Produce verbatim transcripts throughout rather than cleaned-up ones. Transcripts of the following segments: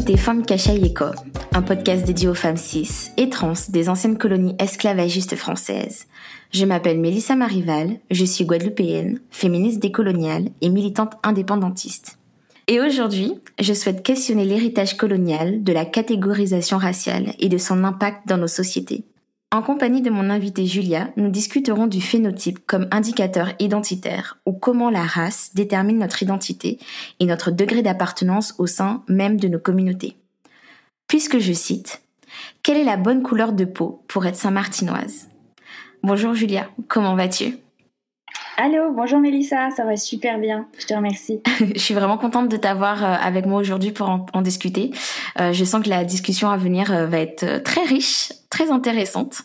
écoutez Femme Kachayeko, un podcast dédié aux femmes cis et trans des anciennes colonies esclavagistes françaises. Je m'appelle Mélissa Marival, je suis guadeloupéenne, féministe décoloniale et militante indépendantiste. Et aujourd'hui, je souhaite questionner l'héritage colonial de la catégorisation raciale et de son impact dans nos sociétés. En compagnie de mon invitée Julia, nous discuterons du phénotype comme indicateur identitaire ou comment la race détermine notre identité et notre degré d'appartenance au sein même de nos communautés. Puisque je cite, « Quelle est la bonne couleur de peau pour être Saint-Martinoise ?» Bonjour Julia, comment vas-tu ? Allô, bonjour Mélissa, ça va super bien, je te remercie. Je suis vraiment contente de t'avoir avec moi aujourd'hui pour en, en discuter. Euh, je sens que la discussion à venir va être très riche, très intéressante.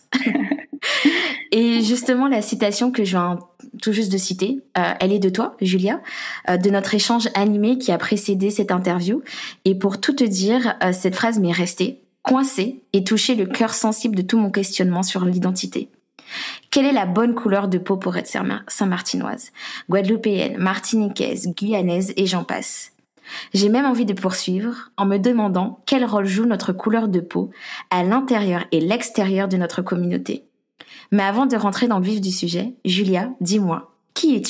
Et justement, la citation que je viens tout juste de citer, euh, elle est de toi, Julia, euh, de notre échange animé qui a précédé cette interview. Et pour tout te dire, euh, cette phrase m'est restée coincée et touché le cœur sensible de tout mon questionnement sur l'identité. Quelle est la bonne couleur de peau pour être Saint-Martinoise, guadeloupéenne, martiniquaise, guyanaise et j'en passe. J'ai même envie de poursuivre en me demandant quel rôle joue notre couleur de peau à l'intérieur et l'extérieur de notre communauté. Mais avant de rentrer dans le vif du sujet, Julia, dis-moi, qui es-tu ?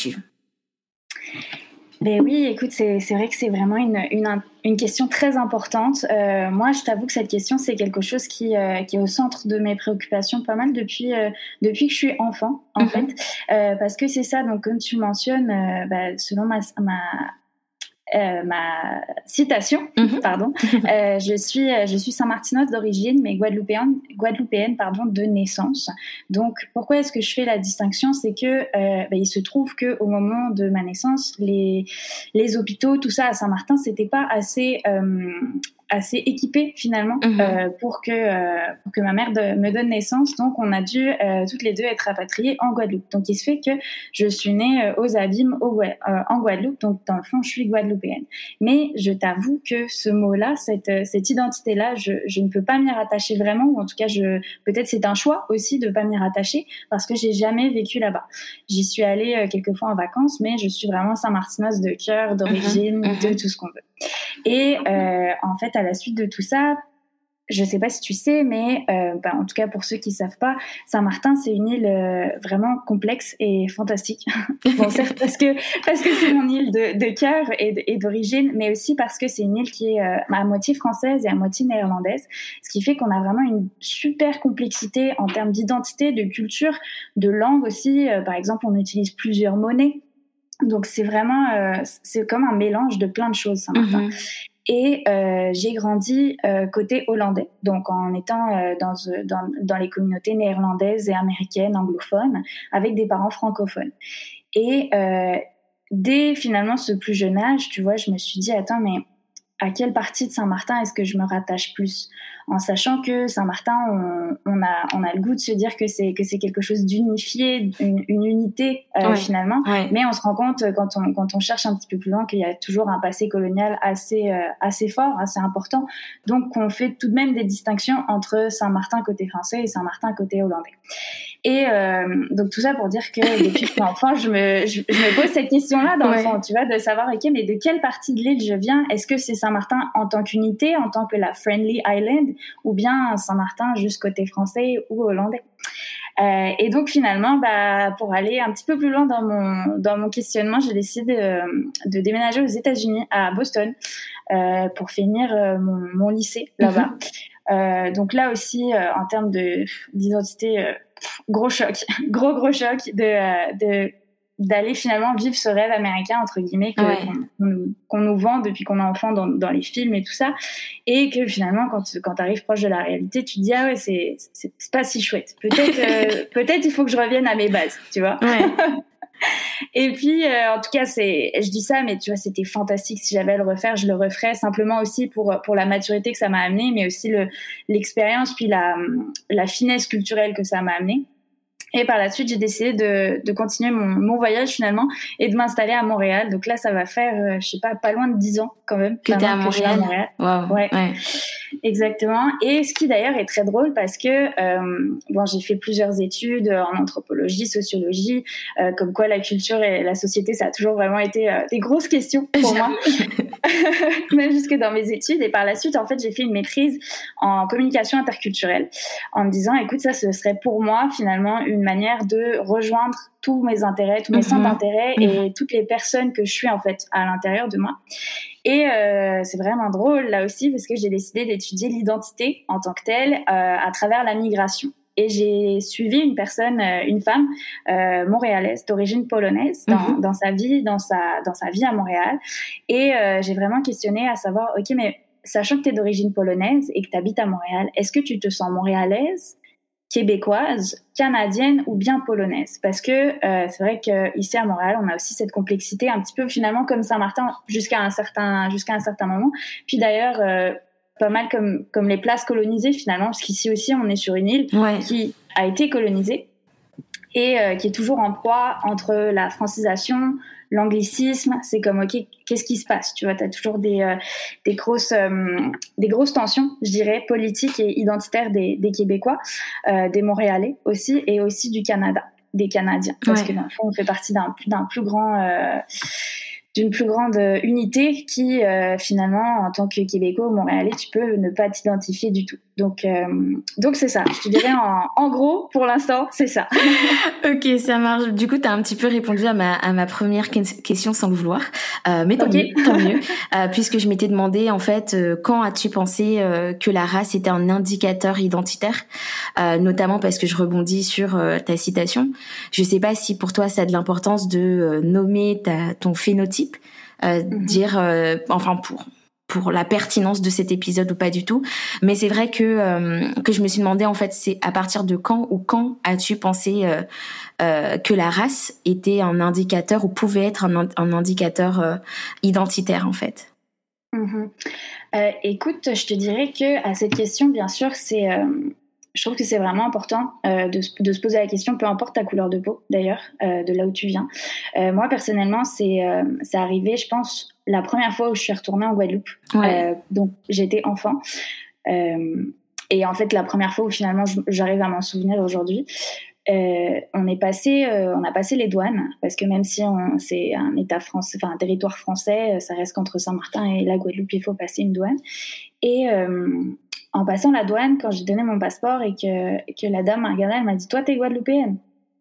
Ben oui, écoute, c'est, c'est vrai que c'est vraiment une, une, une question très importante. Euh, moi, je t'avoue que cette question, c'est quelque chose qui, euh, qui est au centre de mes préoccupations pas mal depuis, euh, depuis que je suis enfant, en mm-hmm. fait. Euh, parce que c'est ça, donc comme tu mentionnes, euh, bah, selon ma... ma Euh, ma citation, mm-hmm. pardon. Euh, je suis, je suis Saint-Martinoise d'origine, mais guadeloupéenne, guadeloupéenne, pardon, de naissance. Donc, pourquoi est-ce que je fais la distinction ? C'est que, euh, bah, il se trouve que au moment de ma naissance, les, les hôpitaux, tout ça à Saint-Martin, c'était pas assez, euh, assez équipé finalement mm-hmm. euh, pour que euh, pour que ma mère de, me donne naissance. Donc, on a dû euh, toutes les deux être rapatriées en Guadeloupe. Donc, il se fait que je suis née euh, aux Abîmes au, euh, en Guadeloupe. Donc, dans le fond, je suis guadeloupéenne. Mais je t'avoue que ce mot-là, cette, cette identité-là, je, je ne peux pas m'y rattacher vraiment, ou en tout cas, je, peut-être c'est un choix aussi de pas m'y rattacher parce que j'ai jamais vécu là-bas. J'y suis allée euh, quelques fois en vacances, mais je suis vraiment Saint-Martinoise de cœur, d'origine, mmh, de tout ce qu'on veut. Et euh, en fait, à la suite de tout ça, je sais pas si tu sais, mais euh, bah, en tout cas pour ceux qui savent pas, Saint-Martin c'est une île euh, vraiment complexe et fantastique. Bon, certes parce que parce que c'est mon île de, de cœur et, de, et d'origine, mais aussi parce que c'est une île qui est euh, à moitié française et à moitié néerlandaise, ce qui fait qu'on a vraiment une super complexité en termes d'identité, de culture, de langue aussi. Euh, par exemple, on utilise plusieurs monnaies, donc c'est vraiment euh, c'est comme un mélange de plein de choses, Saint-Martin. Mm-hmm. Et euh, j'ai grandi euh, côté hollandais, donc en étant euh, dans, dans, dans les communautés néerlandaises et américaines, anglophones, avec des parents francophones. Et euh, dès finalement ce plus jeune âge, tu vois, je me suis dit, attends, mais à quelle partie de Saint-Martin est-ce que je me rattache plus ? En sachant que Saint-Martin, on, on, a, on a le goût de se dire que c'est, que c'est quelque chose d'unifié, une, une unité euh, ouais, finalement, ouais. Mais on se rend compte quand on, quand on cherche un petit peu plus loin qu'il y a toujours un passé colonial assez, euh, assez fort, assez important. Donc on fait tout de même des distinctions entre Saint-Martin côté français et Saint-Martin côté hollandais. Et euh, donc tout ça pour dire que depuis que je suis enfant, je me, je, je me pose cette question-là dans ouais. le fond, tu vois, de savoir, ok, mais de quelle partie de l'île je viens ? Est-ce que c'est Saint-Martin en tant qu'unité, en tant que la Friendly Island, ou bien Saint-Martin juste côté français ou hollandais ? Euh, et donc finalement, bah, pour aller un petit peu plus loin dans mon dans mon questionnement, j'ai décidé de, de déménager aux États-Unis, à Boston, euh, pour finir euh, mon, mon lycée là-bas. Mm-hmm. Euh, donc là aussi, euh, en termes de d'identité, euh, gros choc, gros gros choc de euh, de d'aller finalement vivre ce rêve américain entre guillemets que, ouais. qu'on, qu'on, nous, qu'on nous vend depuis qu'on est enfant dans, dans les films et tout ça, et que finalement quand quand t'arrives proche de la réalité, tu te dis ah ouais c'est c'est, c'est pas si chouette. Peut-être euh, peut-être il faut que je revienne à mes bases, tu vois. Ouais. Et puis euh, en tout cas c'est je dis ça mais tu vois c'était fantastique. Si j'avais à le refaire, je le referais simplement aussi pour pour la maturité que ça m'a amené, mais aussi le l'expérience puis la la finesse culturelle que ça m'a amené. Et par la suite, j'ai décidé de, de continuer mon, mon voyage finalement et de m'installer à Montréal. Donc là, ça va faire, euh, je sais pas, pas loin de dix ans quand même. Que t'es à Montréal. Montréal. Wow. Ouais. ouais. Exactement. Et ce qui d'ailleurs est très drôle parce que euh, bon, j'ai fait plusieurs études en anthropologie, sociologie, euh, comme quoi la culture et la société, ça a toujours vraiment été euh, des grosses questions pour moi, même jusque dans mes études. Et par la suite, en fait, j'ai fait une maîtrise en communication interculturelle, en me disant, écoute, ça, ce serait pour moi finalement une manière de rejoindre tous mes intérêts, tous mes mm-hmm. centres d'intérêt mm-hmm. et toutes les personnes que je suis en fait à l'intérieur de moi. Et euh, c'est vraiment drôle là aussi parce que j'ai décidé d'étudier l'identité en tant que telle euh, à travers la migration. Et j'ai suivi une personne, euh, une femme euh, montréalaise d'origine polonaise dans, mm-hmm. dans sa vie, dans sa dans sa vie à Montréal. Et euh, j'ai vraiment questionné à savoir, ok, mais sachant que tu es d'origine polonaise et que tu habites à Montréal, est-ce que tu te sens montréalaise, québécoise, canadienne ou bien polonaise? Parce que euh, c'est vrai qu'ici à Montréal, on a aussi cette complexité un petit peu finalement comme Saint-Martin jusqu'à un certain jusqu'à un certain moment. Puis d'ailleurs, euh, pas mal comme comme les places colonisées finalement, parce qu'ici aussi on est sur une île ouais. qui a été colonisée et euh, qui est toujours en proie entre la francisation, l'anglicisme. C'est comme, ok, qu'est-ce qui se passe? Tu vois, t'as toujours des euh, des grosses euh, des grosses tensions, je dirais, politiques et identitaires des des Québécois, euh, des Montréalais aussi, et aussi du Canada, des Canadiens, parce ouais. que dans le fond, on fait partie d'un d'un plus grand euh, d'une plus grande unité qui, euh, finalement, en tant que Québécois ou Montréalais, tu peux ne pas t'identifier du tout. Donc, euh, donc c'est ça. Je te dirais en, en gros, pour l'instant, c'est ça. Ok, ça marche. Du coup, tu as un petit peu répondu à ma, à ma première question sans le vouloir. Euh, mais tant okay. mieux, tant mieux. Euh, puisque je m'étais demandé, en fait, euh, quand as-tu pensé euh, que la race était un indicateur identitaire, euh, notamment parce que je rebondis sur euh, ta citation. Je sais pas si pour toi, ça a de l'importance de euh, nommer ta, ton phénotype, euh, mm-hmm. dire, euh, enfin, pour... pour la pertinence de cet épisode ou pas du tout, mais c'est vrai que euh, que je me suis demandé en fait c'est à partir de quand ou quand as-tu pensé euh, euh, que la race était un indicateur ou pouvait être un, un indicateur euh, identitaire en fait. Mmh. Euh, écoute, je te dirais que à cette question, bien sûr, c'est euh, je trouve que c'est vraiment important euh, de, de se poser la question, peu importe ta couleur de peau d'ailleurs, euh, de là où tu viens. Euh, moi personnellement, c'est euh, c'est arrivé, je pense, la première fois où je suis retournée en Guadeloupe. Ouais. Euh, donc j'étais enfant. Euh, et en fait, la première fois où finalement j'arrive à m'en souvenir aujourd'hui, euh, on est passé, euh, on a passé les douanes parce que même si on, c'est un État français, enfin un territoire français, ça reste qu'entre Saint-Martin et la Guadeloupe, il faut passer une douane. Et euh, en passant la douane, quand j'ai donné mon passeport et que, que la dame m'a regardée, elle m'a dit « Toi, t'es guadeloupéenne ?»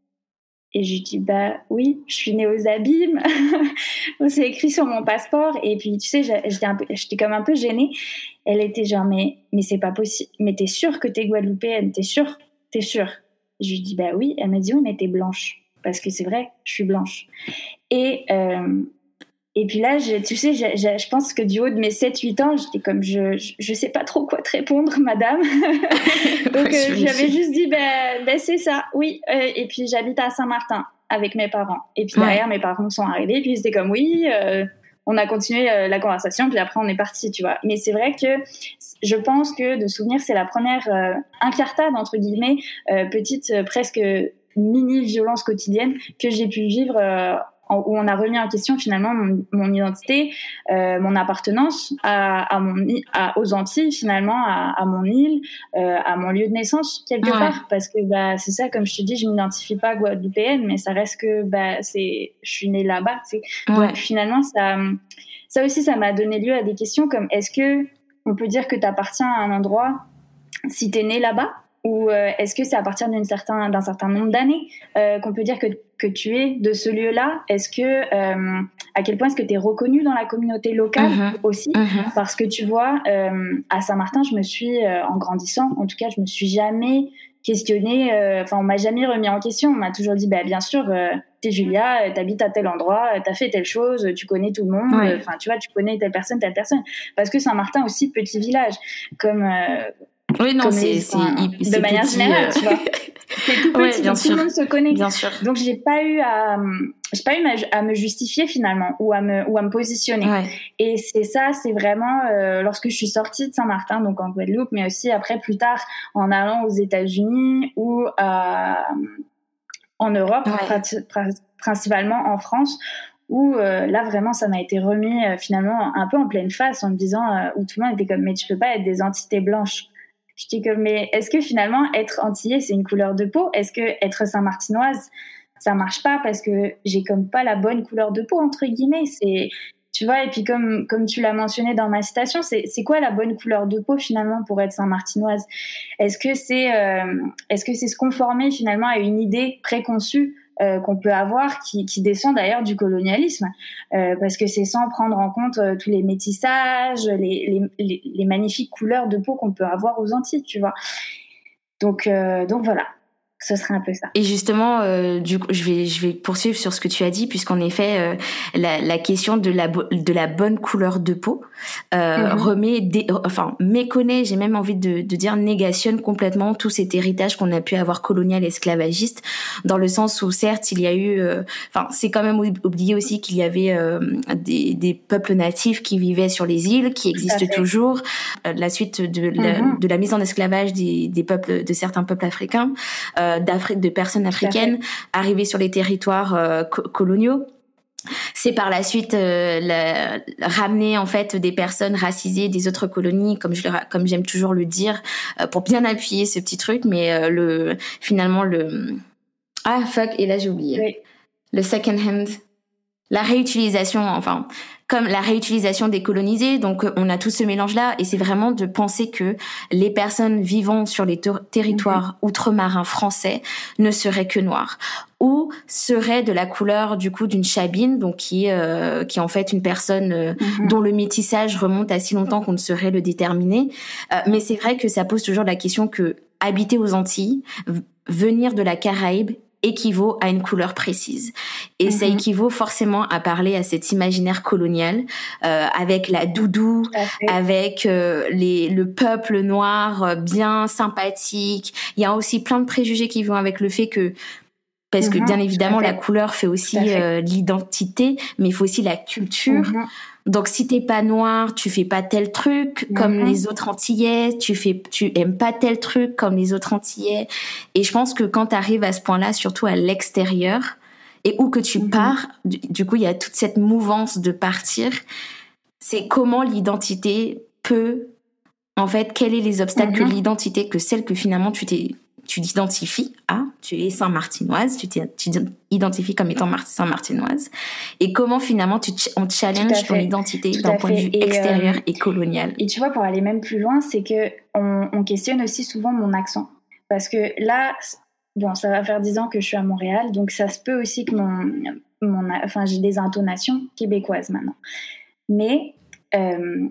Et je lui dis « Bah oui, je suis née aux Abîmes. » C'est écrit sur mon passeport. Et puis, tu sais, j'étais, un peu, j'étais comme un peu gênée. Elle était genre « Mais, mais c'est pas possible. Mais t'es sûre que t'es guadeloupéenne? T'es sûre? T'es sûre ?» Je lui dis « Bah oui. » Elle m'a dit « Oui, mais t'es blanche. » Parce que c'est vrai, je suis blanche. Et... Euh, Et puis là, je, tu sais, je, je, je pense que du haut de mes sept huit ans, j'étais comme, je, je, je sais pas trop quoi te répondre, madame. Donc, euh, j'avais juste dit, ben, ben c'est ça, oui. Euh, et puis, j'habite à Saint-Martin avec mes parents. Et puis, ouais. derrière, mes parents sont arrivés. Et puis, c'était comme, oui, euh, on a continué euh, la conversation. Puis après, on est parti, tu vois. Mais c'est vrai que je pense que de souvenir, c'est la première euh, incartade, entre guillemets, euh, petite, euh, presque mini-violence quotidienne que j'ai pu vivre euh, où on a remis en question finalement mon, mon identité, euh, mon appartenance à, à mon, à, aux Antilles finalement, à, à mon île, euh, à mon lieu de naissance quelque ouais. part, parce que bah c'est ça, comme je te dis, je m'identifie pas guadeloupéenne, mais ça reste que bah c'est, je suis née là-bas, tu sais. Ouais. Donc finalement ça, ça aussi ça m'a donné lieu à des questions comme est-ce que on peut dire que t'appartiens à un endroit si t'es né là-bas? Ou euh, est-ce que c'est à partir d'un certain, d'un certain nombre d'années euh, qu'on peut dire que, que tu es de ce lieu-là? Est-ce que, euh, à quel point est-ce que tu es reconnu dans la communauté locale mmh, aussi mmh. Parce que tu vois, euh, à Saint-Martin, je me suis, euh, en grandissant, en tout cas, je me suis jamais questionnée, enfin, euh, on m'a jamais remis en question. On m'a toujours dit, bah, bien sûr, euh, t'es Julia, euh, t'habites à tel endroit, euh, t'as fait telle chose, tu connais tout le monde, enfin, ouais. euh, tu vois, tu connais telle personne, telle personne. Parce que Saint-Martin aussi, petit village, comme... Euh, Oui, non, c'est, les, c'est, enfin, c'est de manière petit, générale, euh... tu vois. C'est tout petit, ouais, bien donc sûr. tout le monde se connaît. Bien sûr. Donc j'ai pas eu à, j'ai pas eu à me justifier finalement ou à me ou à me positionner. Ouais. Et c'est ça, c'est vraiment euh, lorsque je suis sortie de Saint-Martin, donc en Guadeloupe, mais aussi après plus tard en allant aux États-Unis ou à en Europe, Ouais. prat- prat- principalement en France, où euh, là vraiment ça m'a été remis euh, finalement un peu en pleine face en me disant, euh, où tout le monde était comme mais tu peux pas être des entités blanches. J'étais comme mais est-ce que finalement être antillais c'est une couleur de peau? Est-ce que être Saint-Martinoise ça marche pas parce que j'ai comme pas la bonne couleur de peau entre guillemets? C'est tu vois, et puis comme comme tu l'as mentionné dans ma citation, c'est c'est quoi la bonne couleur de peau finalement pour être Saint-Martinoise? Est-ce que c'est euh, est-ce que c'est se conformer finalement à une idée préconçue euh, qu'on peut avoir, qui, qui descend d'ailleurs du colonialisme, euh, parce que c'est sans prendre en compte euh, tous les métissages, les, les, les, les magnifiques couleurs de peau qu'on peut avoir aux Antilles, tu vois. Donc, euh, donc voilà, ce serait un peu ça. Et justement, euh, du coup, je vais, je vais poursuivre sur ce que tu as dit, puisqu'en effet, euh, la, la question de la, de la bonne couleur de peau euh, mm-hmm. remet, des, enfin, méconnaît, j'ai même envie de, de dire négationne complètement tout cet héritage qu'on a pu avoir colonial, esclavagiste, dans le sens où certes, il y a eu, euh, enfin, c'est quand même oublié aussi qu'il y avait euh, des, des peuples natifs qui vivaient sur les îles, qui existent toujours, euh, la suite de la, mm-hmm. de la mise en esclavage des, des peuples, de certains peuples africains. Euh, d'Afrique, de personnes africaines arrivées sur les territoires euh, co- coloniaux. C'est par la suite euh, la, ramener en fait des personnes racisées des autres colonies, comme je le, comme j'aime toujours le dire, euh, pour bien appuyer ce petit truc. Mais euh, le finalement le ah fuck et là j'ai oublié oui. le second hand, la réutilisation, enfin comme la réutilisation des colonisés. Donc on a tout ce mélange là et c'est vraiment de penser que les personnes vivant sur les ter- territoires mmh. outre-marins français ne seraient que noires ou seraient de la couleur du coup d'une chabine, donc qui euh, qui est en fait une personne euh, mmh. dont le métissage remonte à si longtemps qu'on ne saurait le déterminer. Euh, mais c'est vrai que ça pose toujours la question que habiter aux Antilles, v- venir de la Caraïbe équivaut à une couleur précise. Et mm-hmm. ça équivaut forcément à parler à cet imaginaire colonial, euh, avec la doudou, avec euh, les, le peuple noir euh, bien sympathique. Il y a aussi plein de préjugés qui vont avec le fait que, parce mm-hmm. que bien évidemment la couleur fait aussi fait. Euh, l'identité, mais il faut aussi la culture. Mm-hmm. Donc si t'es pas noir, tu fais pas tel truc mm-hmm. comme les autres Antillais, tu fais, tu aimes pas tel truc comme les autres Antillais. Et je pense que quand t'arrives à ce point-là, surtout à l'extérieur, et où que tu mm-hmm. pars, du, du coup il y a toute cette mouvance de partir. C'est comment l'identité peut, en fait, quels sont les obstacles mm-hmm. que l'identité, que celle que finalement tu t'es tu t'identifies à, tu es Saint-Martinoise, tu t'identifies comme étant Saint-Martinoise, et comment finalement tu on challenge ton identité d'un point de vue et extérieur euh, et colonial. Et tu vois, pour aller même plus loin, c'est que on, on questionne aussi souvent mon accent, parce que là, bon, ça va faire dix ans que je suis à Montréal, donc ça se peut aussi que mon, mon enfin, j'ai des intonations québécoises maintenant, mais euh,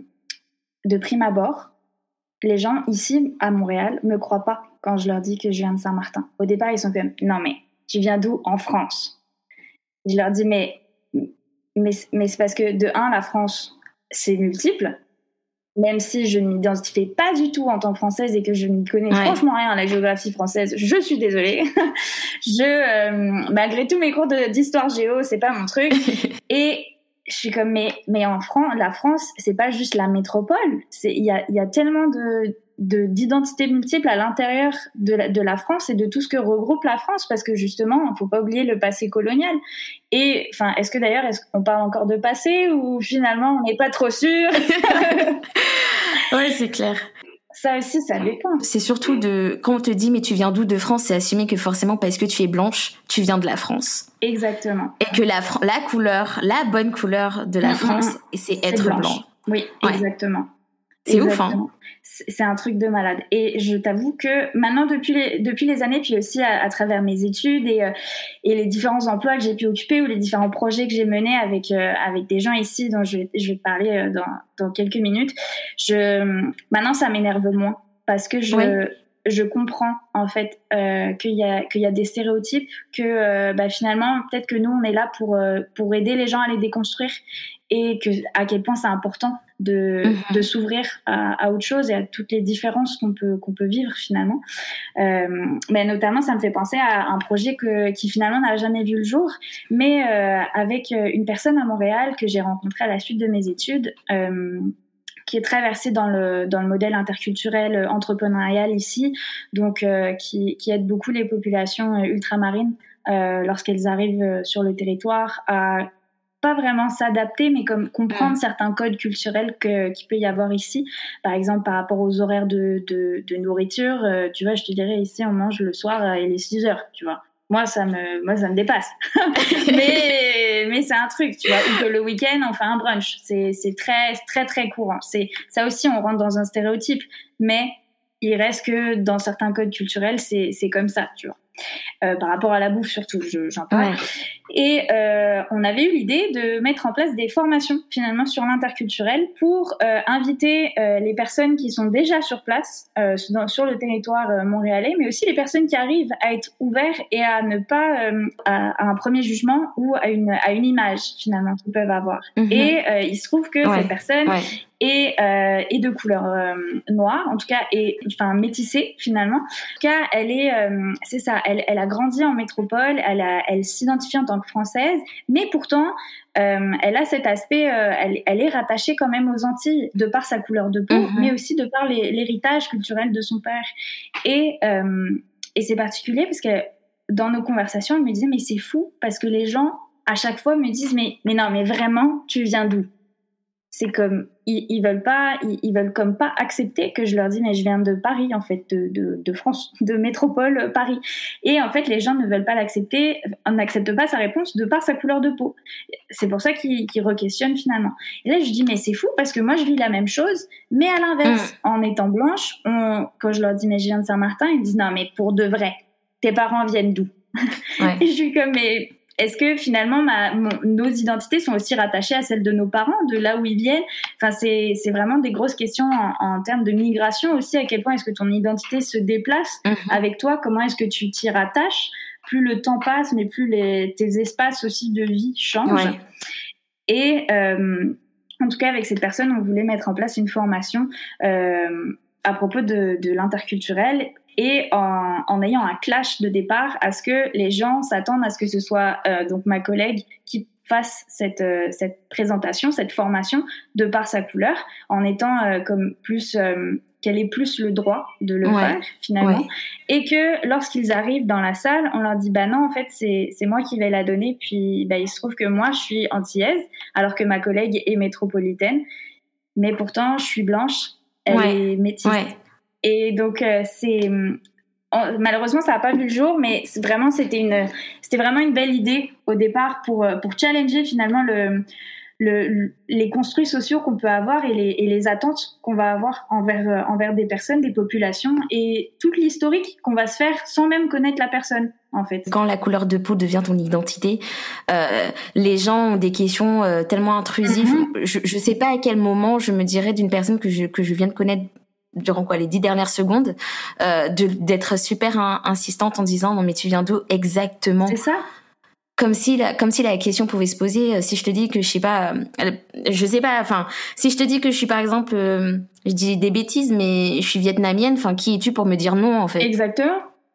de prime abord, les gens ici à Montréal me croient pas quand je leur dis que je viens de Saint-Martin. Au départ, ils sont comme « Non, mais tu viens d'où? En France ?» Je leur dis « Mais, mais, mais c'est parce que, de un, la France, c'est multiple. Même si je ne m'identifie pas du tout en tant que Française et que je ne connais ouais. franchement rien à la géographie française, je suis désolée. je, euh, malgré tous mes cours de, d'histoire géo, c'est pas mon truc. Et je suis comme « Mais, mais en France, la France, c'est pas juste la métropole. Il y a, y a tellement de... » De, d'identités multiples à l'intérieur de la, de la France et de tout ce que regroupe la France, parce que justement, il ne faut pas oublier le passé colonial. Et enfin, est-ce que d'ailleurs, est-ce qu'on parle encore de passé ou finalement, on n'est pas trop sûr? Oui, c'est clair. Ça aussi, ça dépend. C'est surtout de, quand on te dit, mais tu viens d'où de France, c'est assumer que forcément, parce que tu es blanche, tu viens de la France. Exactement. Et que la, la couleur, la bonne couleur de la mmh, France, mmh, c'est, c'est être blanc. Oui, ouais. exactement. C'est Exactement. ouf, hein. C'est un truc de malade. Et je t'avoue que maintenant, depuis les, depuis les années, puis aussi à, à travers mes études et, euh, et les différents emplois que j'ai pu occuper ou les différents projets que j'ai menés avec, euh, avec des gens ici dont je vais, je vais te parler euh, dans, dans quelques minutes, je, maintenant, ça m'énerve moins parce que je... Oui. Je comprends en fait euh, qu'il y a qu'il y a des stéréotypes, que euh, bah, finalement peut-être que nous on est là pour euh, pour aider les gens à les déconstruire, et que à quel point c'est important de mm-hmm. de s'ouvrir à, à autre chose et à toutes les différences qu'on peut qu'on peut vivre finalement. Euh, mais notamment ça me fait penser à un projet que qui finalement n'a jamais vu le jour, mais euh, avec une personne à Montréal que j'ai rencontrée à la suite de mes études. Euh, qui est très versé dans le dans le modèle interculturel entrepreneurial ici, donc euh, qui qui aide beaucoup les populations ultramarines euh, lorsqu'elles arrivent sur le territoire à pas vraiment s'adapter, mais comme comprendre mmh. certains codes culturels que, qu'il peut y avoir ici. Par exemple, par rapport aux horaires de, de, de nourriture, euh, tu vois, je te dirais, ici, on mange le soir à les six heures, tu vois. Moi, ça me, moi, ça me dépasse. mais, mais c'est un truc, tu vois. Ou que le week-end, on fait un brunch. C'est, c'est très, très, très courant. C'est, ça aussi, on rentre dans un stéréotype. Mais il reste que dans certains codes culturels, c'est, c'est comme ça, tu vois. Euh, par rapport à la bouffe surtout, je, j'en parle. Ouais. Et euh, on avait eu l'idée de mettre en place des formations finalement sur l'interculturel pour euh, inviter euh, les personnes qui sont déjà sur place euh, dans, sur le territoire euh, montréalais, mais aussi les personnes qui arrivent à être ouverts et à ne pas euh, à, à un premier jugement ou à une à une image finalement qu'ils peuvent avoir. Mm-hmm. Et euh, il se trouve que ouais. ces personnes ouais. Et, euh, et de couleur euh, noire, en tout cas, et enfin métissée finalement. En tout cas, elle est, euh, c'est ça, elle, elle a grandi en métropole, elle, a, elle s'identifie en tant que française, mais pourtant, euh, elle a cet aspect, euh, elle, elle est rattachée quand même aux Antilles de par sa couleur de peau, mm-hmm. mais aussi de par les, l'héritage culturel de son père. Et, euh, et c'est particulier parce que dans nos conversations, elle me disait mais c'est fou parce que les gens à chaque fois me disent mais mais non mais vraiment tu viens d'où? C'est comme ils, ils veulent pas ils, ils veulent comme pas accepter que je leur dis mais je viens de Paris en fait de de de France de métropole Paris et en fait les gens ne veulent pas l'accepter on n'accepte pas sa réponse de par sa couleur de peau c'est pour ça qu'ils qu'ils re-questionnent finalement et là je dis mais c'est fou parce que moi je vis la même chose mais à l'inverse mmh. en étant blanche on, quand je leur dis mais je viens de Saint-Martin ils me disent non mais pour de vrai tes parents viennent d'où ouais. Et je suis comme mais est-ce que finalement ma, mon, nos identités sont aussi rattachées à celles de nos parents, de là où ils viennent? Enfin, c'est, c'est vraiment des grosses questions en, en termes de migration aussi. À quel point est-ce que ton identité se déplace mmh. avec toi? Comment est-ce que tu t'y rattaches? Plus le temps passe, mais plus les, tes espaces aussi de vie changent. Ouais. Et euh, en tout cas, avec cette personne, on voulait mettre en place une formation euh, à propos de, de l'interculturel. Et en, en ayant un clash de départ à ce que les gens s'attendent à ce que ce soit euh, donc ma collègue qui fasse cette, euh, cette présentation, cette formation de par sa couleur, en étant euh, comme plus euh, qu'elle ait plus le droit de le ouais. faire finalement, ouais. et que lorsqu'ils arrivent dans la salle, on leur dit bah non en fait c'est c'est moi qui vais la donner, puis bah il se trouve que moi je suis antillaise alors que ma collègue est métropolitaine, mais pourtant je suis blanche, elle ouais. est métisse. Ouais. Et donc euh, c'est on, malheureusement ça n'a pas vu le jour, mais c'est vraiment c'était une c'était vraiment une belle idée au départ pour pour challenger finalement le, le les construits sociaux qu'on peut avoir et les et les attentes qu'on va avoir envers envers des personnes, des populations et toute l'historique qu'on va se faire sans même connaître la personne. En fait. Quand la couleur de peau devient ton identité, euh, les gens ont des questions euh, tellement intrusives. Mm-hmm. Je je sais pas à quel moment je me dirais d'une personne que je que je viens de connaître durant quoi les dix dernières secondes euh, de d'être super in, insistante en disant non mais tu viens d'où exactement, c'est ça, comme si la comme si la question pouvait se poser si je te dis que je sais pas euh, je sais pas enfin si je te dis que je suis par exemple euh, je dis des bêtises mais je suis vietnamienne, enfin qui es-tu pour me dire non en fait? Exactement.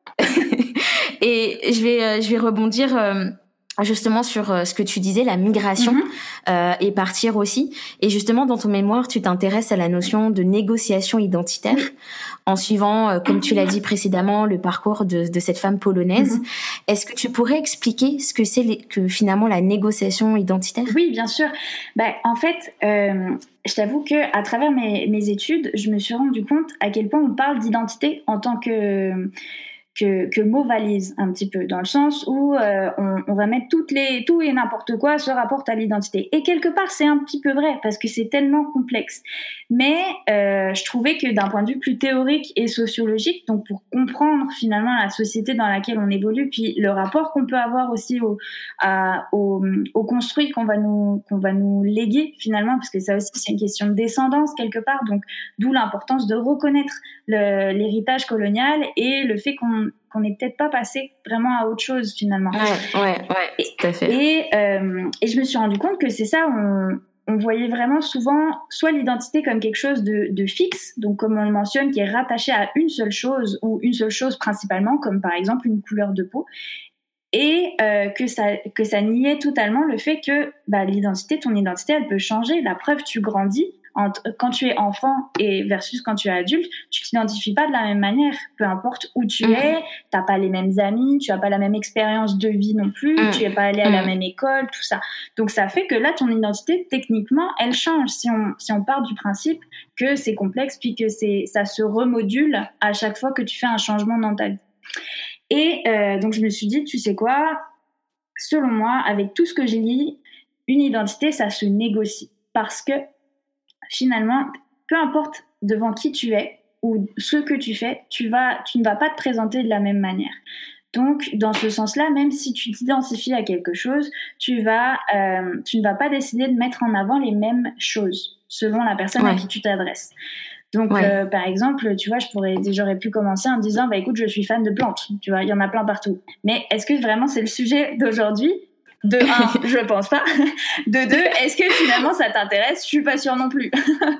Et je vais euh, je vais rebondir euh, justement sur euh, ce que tu disais, la migration, mm-hmm. euh, et partir aussi. Et justement, dans ton mémoire, tu t'intéresses à la notion de négociation identitaire, mm-hmm. en suivant, euh, comme tu l'as dit précédemment, le parcours de, de cette femme polonaise. Mm-hmm. Est-ce que tu pourrais expliquer ce que c'est les, que finalement la négociation identitaire? Oui, bien sûr. Bah, en fait, euh, je t'avoue que à travers mes, mes études, je me suis rendu compte à quel point on parle d'identité en tant que que, que mot valise un petit peu, dans le sens où euh, on, on va mettre toutes les, tout et n'importe quoi se rapporte à l'identité. Et quelque part, c'est un petit peu vrai, parce que c'est tellement complexe. Mais euh, je trouvais que d'un point de vue plus théorique et sociologique, donc pour comprendre finalement la société dans laquelle on évolue, puis le rapport qu'on peut avoir aussi au, à, au, au construit qu'on va nous, qu'on va nous léguer finalement, parce que ça aussi c'est une question de descendance quelque part, donc d'où l'importance de reconnaître le, l'héritage colonial et le fait qu'on qu'on n'est peut-être pas passé vraiment à autre chose finalement. Ouais, ouais, ouais, tout à fait. Et, euh, et je me suis rendu compte que c'est ça, on, on voyait vraiment souvent soit l'identité comme quelque chose de, de fixe, donc comme on le mentionne, qui est rattaché à une seule chose ou une seule chose principalement, comme par exemple une couleur de peau, et euh, que ça que ça niait totalement le fait que bah, l'identité, ton identité, elle peut changer. La preuve, tu grandis entre, quand tu es enfant et versus quand tu es adulte, tu t'identifies pas de la même manière. Peu importe où tu mmh. es, t'as pas les mêmes amis, tu as pas la même expérience de vie non plus, mmh. tu es pas allé à la même école, tout ça. Donc ça fait que là, ton identité, techniquement, elle change. Si on, si on part du principe que c'est complexe, puis que c'est, ça se remodule à chaque fois que tu fais un changement dans ta vie. Et euh, donc je me suis dit, tu sais quoi, selon moi, avec tout ce que j'ai dit, une identité, ça se négocie. Parce que finalement, peu importe devant qui tu es ou ce que tu fais, tu, vas, tu ne vas pas te présenter de la même manière. Donc, dans ce sens-là, même si tu t'identifies à quelque chose, tu, vas, euh, tu ne vas pas décider de mettre en avant les mêmes choses selon la personne ouais. à qui tu t'adresses. Donc, ouais. euh, par exemple, tu vois, je pourrais, j'aurais pu commencer en disant, bah écoute, je suis fan de plantes. Tu vois, il y en a plein partout. Mais est-ce que vraiment c'est le sujet d'aujourd'hui ? De un, je pense pas. De deux, est-ce que finalement ça t'intéresse ? Je suis pas sûre non plus.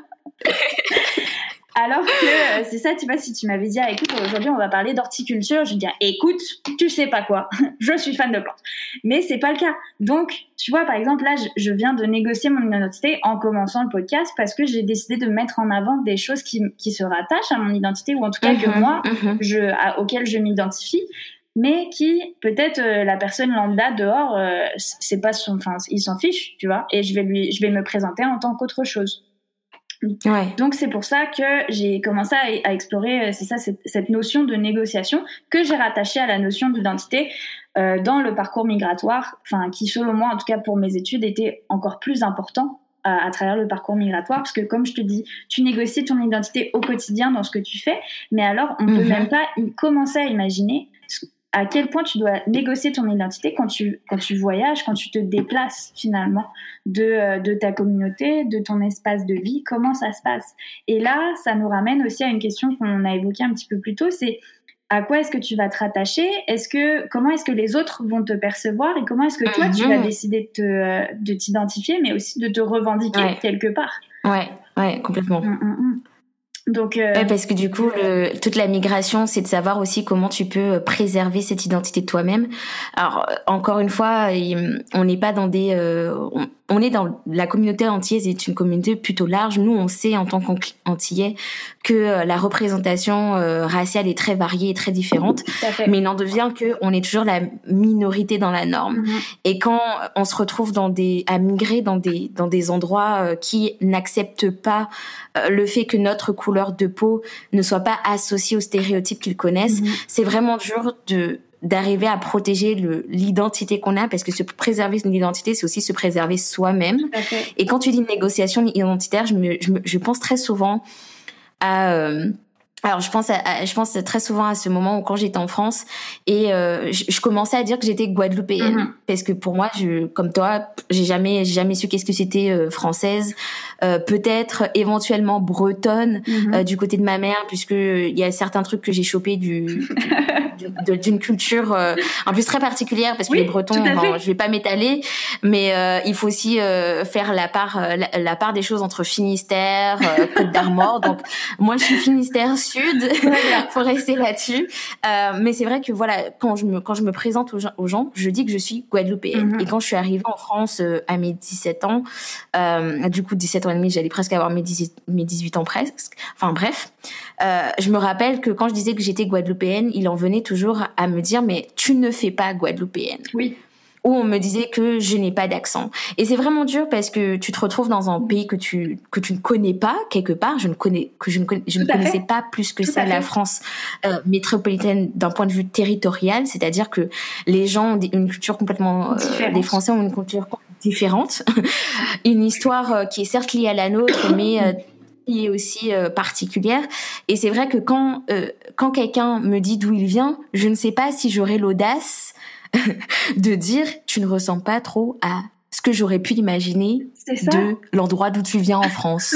Alors que euh, c'est ça, tu vois, si tu m'avais dit, ah, écoute, aujourd'hui on va parler d'horticulture, je vais dire, écoute, tu sais pas quoi, je suis fan de plantes. Mais c'est pas le cas. Donc, tu vois, par exemple, là, je, je viens de négocier mon identité en commençant le podcast parce que j'ai décidé de mettre en avant des choses qui, qui se rattachent à mon identité, ou en tout cas mm-hmm, que moi, mm-hmm. je, à, auxquelles je m'identifie, mais qui, peut-être, euh, la personne lambda dehors, euh, c'est pas son, enfin, il s'en fiche, tu vois, et je vais lui, je vais me présenter en tant qu'autre chose. Ouais. Donc c'est pour ça que j'ai commencé à, à explorer, c'est ça, cette, cette notion de négociation que j'ai rattachée à la notion d'identité euh, dans le parcours migratoire, enfin qui selon moi, en tout cas pour mes études, était encore plus important à, à travers le parcours migratoire, parce que comme je te dis, tu négocies ton identité au quotidien dans ce que tu fais, mais alors on mm-hmm. peut même pas y commencer à imaginer à quel point tu dois négocier ton identité quand tu, quand tu voyages, quand tu te déplaces finalement de, de ta communauté, de ton espace de vie, comment ça se passe. Et là, ça nous ramène aussi à une question qu'on a évoquée un petit peu plus tôt, c'est à quoi est-ce que tu vas te rattacher ? Est-ce que, comment est-ce que les autres vont te percevoir et comment est-ce que toi, mmh. tu vas décider de, te, de t'identifier, mais aussi de te revendiquer ouais. quelque part ? Ouais, ouais, complètement. Mmh, mmh. Donc, euh... ouais, parce que du coup, le, toute la migration, c'est de savoir aussi comment tu peux préserver cette identité de toi-même. Alors, encore une fois, on n'est pas dans des, euh, on, on est dans la communauté antillaise, est une communauté plutôt large. Nous, on sait en tant qu'antillais que la représentation euh, raciale est très variée et très différente, mais il en devient que on est toujours la minorité dans la norme. Mm-hmm. Et quand on se retrouve dans des, à migrer dans des, dans des endroits euh, qui n'acceptent pas euh, le fait que notre couleur de peau ne soit pas associée aux stéréotypes qu'ils connaissent, mm-hmm. c'est vraiment dur de d'arriver à protéger le, l'identité qu'on a, parce que se préserver son identité, c'est aussi se préserver soi-même. Okay. Et quand tu dis négociation identitaire, je, me, je, me, je pense très souvent à... Euh, alors je pense à, à, je pense très souvent à ce moment où quand j'étais en France et euh, je, je commençais à dire que j'étais guadeloupéenne mm-hmm. parce que pour moi, je, comme toi, j'ai jamais j'ai jamais su qu'est-ce que c'était euh, française, euh, peut-être éventuellement bretonne mm-hmm. euh, du côté de ma mère, puisque il y a certains trucs que j'ai chopés du, du de, d'une culture euh, en plus très particulière, parce que oui, les Bretons, bon, je vais pas m'étaler, mais euh, il faut aussi euh, faire la part la, la part des choses entre Finistère, euh, Côte d'Armor. Donc moi, je suis Finistère Sud, faut rester là-dessus. Euh, mais c'est vrai que voilà, quand je me quand je me présente aux gens, aux gens je dis que je suis guadeloupéenne. Mm-hmm. Et quand je suis arrivée en France euh, à mes dix-sept ans, euh, du coup dix-sept ans et demi, j'allais presque avoir mes dix-huit, mes dix-huit ans presque. Enfin bref, euh, je me rappelle que quand je disais que j'étais guadeloupéenne, il en venait toujours à me dire mais tu ne fais pas guadeloupéenne. Oui. Où on me disait que je n'ai pas d'accent. Et c'est vraiment dur parce que tu te retrouves dans un pays que tu que tu ne connais pas quelque part. Je ne connais que je ne connais, je ne connaissais pas plus que Tout ça la France euh, métropolitaine d'un point de vue territorial, c'est-à-dire que les gens ont une culture complètement euh, les Français ont une culture différente, une histoire euh, qui est certes liée à la nôtre, mais euh, qui est aussi euh, particulière. Et c'est vrai que quand euh, quand quelqu'un me dit d'où il vient, je ne sais pas si j'aurai l'audace de dire tu ne ressembles pas trop à ce que j'aurais pu imaginer de l'endroit d'où tu viens en France.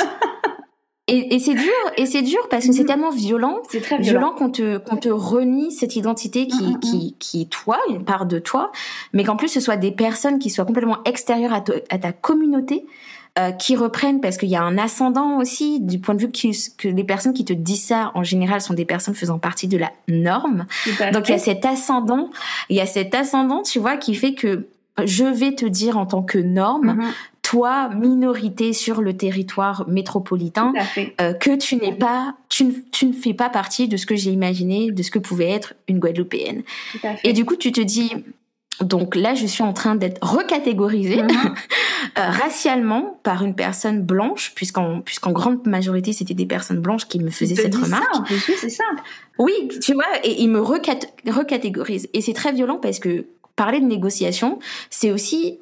et, et c'est dur, et c'est dur parce que mmh. c'est tellement violent, c'est très violent, violent qu'on te qu'on te renie cette identité qui mmh. qui qui est toi, une part de toi, mais qu'en plus ce soit des personnes qui soient complètement extérieures à, to, à ta communauté. Euh, qui reprennent, parce qu'il y a un ascendant aussi du point de vue que, que les personnes qui te disent ça en général sont des personnes faisant partie de la norme. Donc il y a cet ascendant, il y a cet ascendant, tu vois, qui fait que je vais te dire en tant que norme, mm-hmm. toi, minorité sur le territoire métropolitain, euh, que tu n'es pas, tu ne, tu ne fais pas partie de ce que j'ai imaginé, de ce que pouvait être une Guadeloupéenne. Tout à fait. Et du coup, tu te dis, donc là, je suis en train d'être recatégorisée mm-hmm. euh, racialement par une personne blanche, puisqu'en, puisqu'en grande majorité, c'était des personnes blanches qui me faisaient cette remarque. Ça, en plus, oui, c'est ça. Oui, tu vois, et ils me recat- recatégorisent. Et c'est très violent parce que parler de négociation, c'est aussi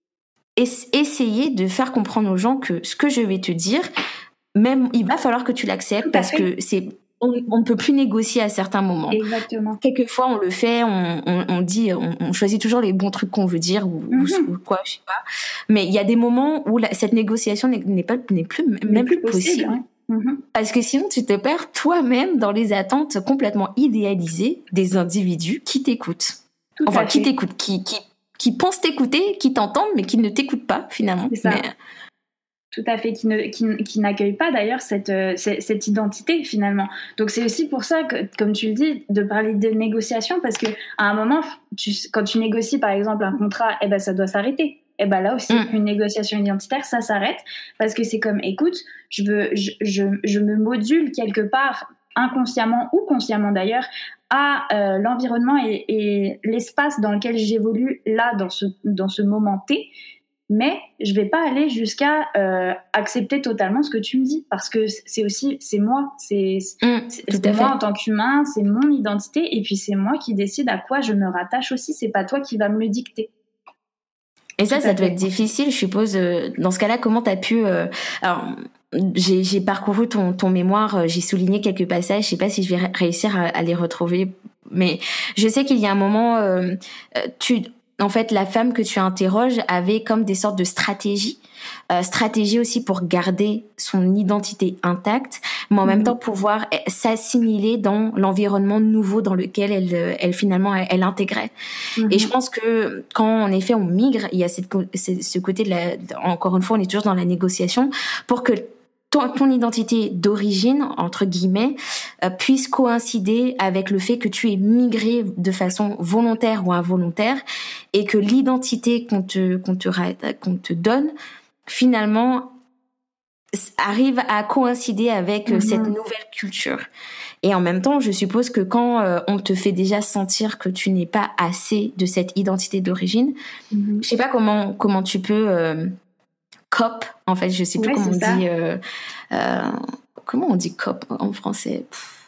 es- essayer de faire comprendre aux gens que ce que je vais te dire, même il va falloir que tu l'acceptes parce que c'est on, on ne peut plus négocier à certains moments. Exactement. Quelquefois, on le fait, on, on, on dit, on, on choisit toujours les bons trucs qu'on veut dire ou, mm-hmm. ou, ou quoi, je sais pas. Mais il y a des moments où la, cette négociation n'est, n'est pas, n'est plus même n'est plus possible. possible. Ouais. Mm-hmm. Parce que sinon, tu te perds toi-même dans les attentes complètement idéalisées des individus qui t'écoutent. Tout enfin, qui t'écoutent, qui, qui, qui pensent t'écouter, qui t'entendent, mais qui ne t'écoutent pas, finalement. C'est ça. Mais... Tout à fait, qui, ne, qui, qui n'accueille pas d'ailleurs cette, euh, cette, cette identité finalement. Donc c'est aussi pour ça que, comme tu le dis, de parler de négociation, parce qu'à un moment, tu, quand tu négocies par exemple un contrat, eh ben, ça doit s'arrêter. Et ben là aussi, mmh. une négociation identitaire, ça s'arrête, parce que c'est comme, écoute, je, veux, je, je, je me module quelque part, inconsciemment ou consciemment d'ailleurs, à euh, l'environnement et, et l'espace dans lequel j'évolue là, dans ce, dans ce moment T. Mais je vais pas aller jusqu'à euh, accepter totalement ce que tu me dis, parce que c'est aussi c'est moi, c'est, mmh, c'est, c'est moi fait. En tant qu'humain, c'est mon identité, et puis c'est moi qui décide à quoi je me rattache aussi. C'est pas toi qui va me le dicter. Et ça, Tout ça doit fait. être difficile, je suppose. Euh, dans ce cas-là, comment t'as pu euh... Alors, j'ai, j'ai parcouru ton, ton mémoire, j'ai souligné quelques passages. Je sais pas si je vais réussir à, à les retrouver, mais je sais qu'il y a un moment, euh, tu En fait, la femme que tu interroges avait comme des sortes de stratégies, euh, stratégies aussi pour garder son identité intacte, mais en mmh. même temps pouvoir s'assimiler dans l'environnement nouveau dans lequel elle, elle finalement, elle, elle intégrait. Mmh. Et je pense que quand en effet on migre, il y a cette, ce côté de la, encore une fois, on est toujours dans la négociation pour que Ton, ton identité d'origine, entre guillemets, euh, puisse coïncider avec le fait que tu es migré de façon volontaire ou involontaire, et que l'identité qu'on te, qu'on te, qu'on te donne, finalement, arrive à coïncider avec mm-hmm. cette nouvelle culture. Et en même temps, je suppose que quand euh, on te fait déjà sentir que tu n'es pas assez de cette identité d'origine, mm-hmm. je sais pas comment, comment tu peux... Euh, cop, en fait, je sais plus ouais, comment on ça. dit. Euh, euh, comment on dit cop en français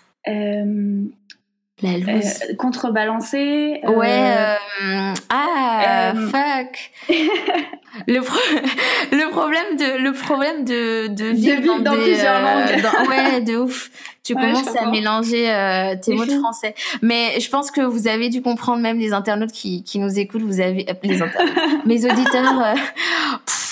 euh, La loose. Euh, contrebalancer. Euh, ouais. Euh, ah, euh, fuck. le, pro- le problème de le problème de de vivre, de vivre dans, dans des, plusieurs langues. Dans, ouais, de ouf. Tu ouais, commences à mélanger euh, tes mots de français. Mais je pense que vous avez dû comprendre, même les internautes qui qui nous écoutent, vous avez les internautes, mes auditeurs. Euh, pff,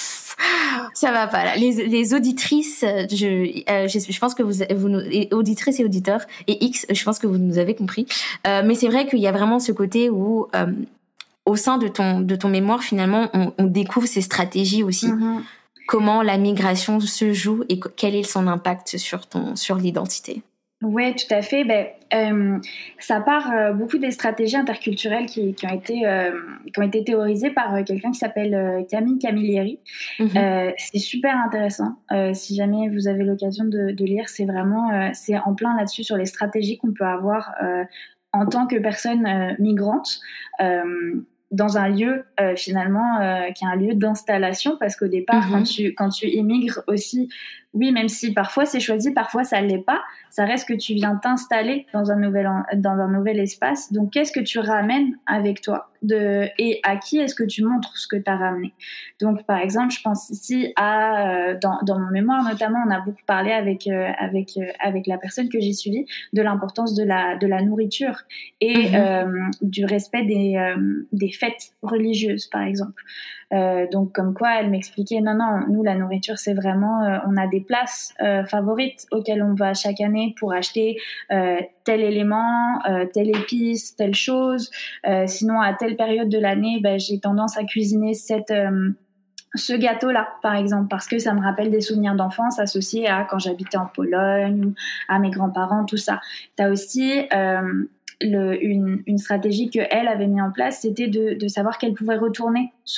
ça va pas là. Les, les auditrices, je, euh, je, je pense que vous, vous nous, auditrices et auditeurs et X, je pense que vous nous avez compris. Euh, mais c'est vrai qu'il y a vraiment ce côté où, euh, au sein de ton de ton mémoire, finalement, on, on découvre ces stratégies aussi. Mm-hmm. Comment la migration se joue et quel est son impact sur ton sur l'identité. Oui, tout à fait. Ben, euh, ça part euh, beaucoup des stratégies interculturelles qui, qui, ont été, euh, qui ont été théorisées par euh, quelqu'un qui s'appelle euh, Camille Camilleri. Mm-hmm. Euh, c'est super intéressant. Euh, si jamais vous avez l'occasion de, de lire, c'est vraiment euh, c'est en plein là-dessus sur les stratégies qu'on peut avoir euh, en tant que personne euh, migrante. Euh, dans un lieu euh, finalement euh, qui est un lieu d'installation, parce qu'au départ mm-hmm. quand tu quand tu immigres aussi, oui, même si parfois c'est choisi, parfois ça l'est pas, ça reste que tu viens t'installer dans un nouvel dans un nouvel espace. Donc qu'est-ce que tu ramènes avec toi de et à qui est-ce que tu montres ce que tu as ramené. Donc par exemple, je pense ici à euh, dans dans mon mémoire notamment, on a beaucoup parlé avec euh, avec euh, avec la personne que j'ai suivie de l'importance de la de la nourriture et mm-hmm. euh, du respect des euh, des fêtes religieuses par exemple. Euh, donc comme quoi elle m'expliquait non non nous la nourriture c'est vraiment euh, on a des places euh, favorites auxquelles on va chaque année pour acheter euh, tel élément, euh, telle épice, telle chose. Euh, sinon à telle période de l'année, ben, j'ai tendance à cuisiner cette euh, ce gâteau-là, par exemple, parce que ça me rappelle des souvenirs d'enfance associés à quand j'habitais en Pologne ou à mes grands-parents, tout ça. T'as aussi euh, le, une, une stratégie que elle avait mis en place, c'était de, de savoir qu'elle pouvait retourner souvent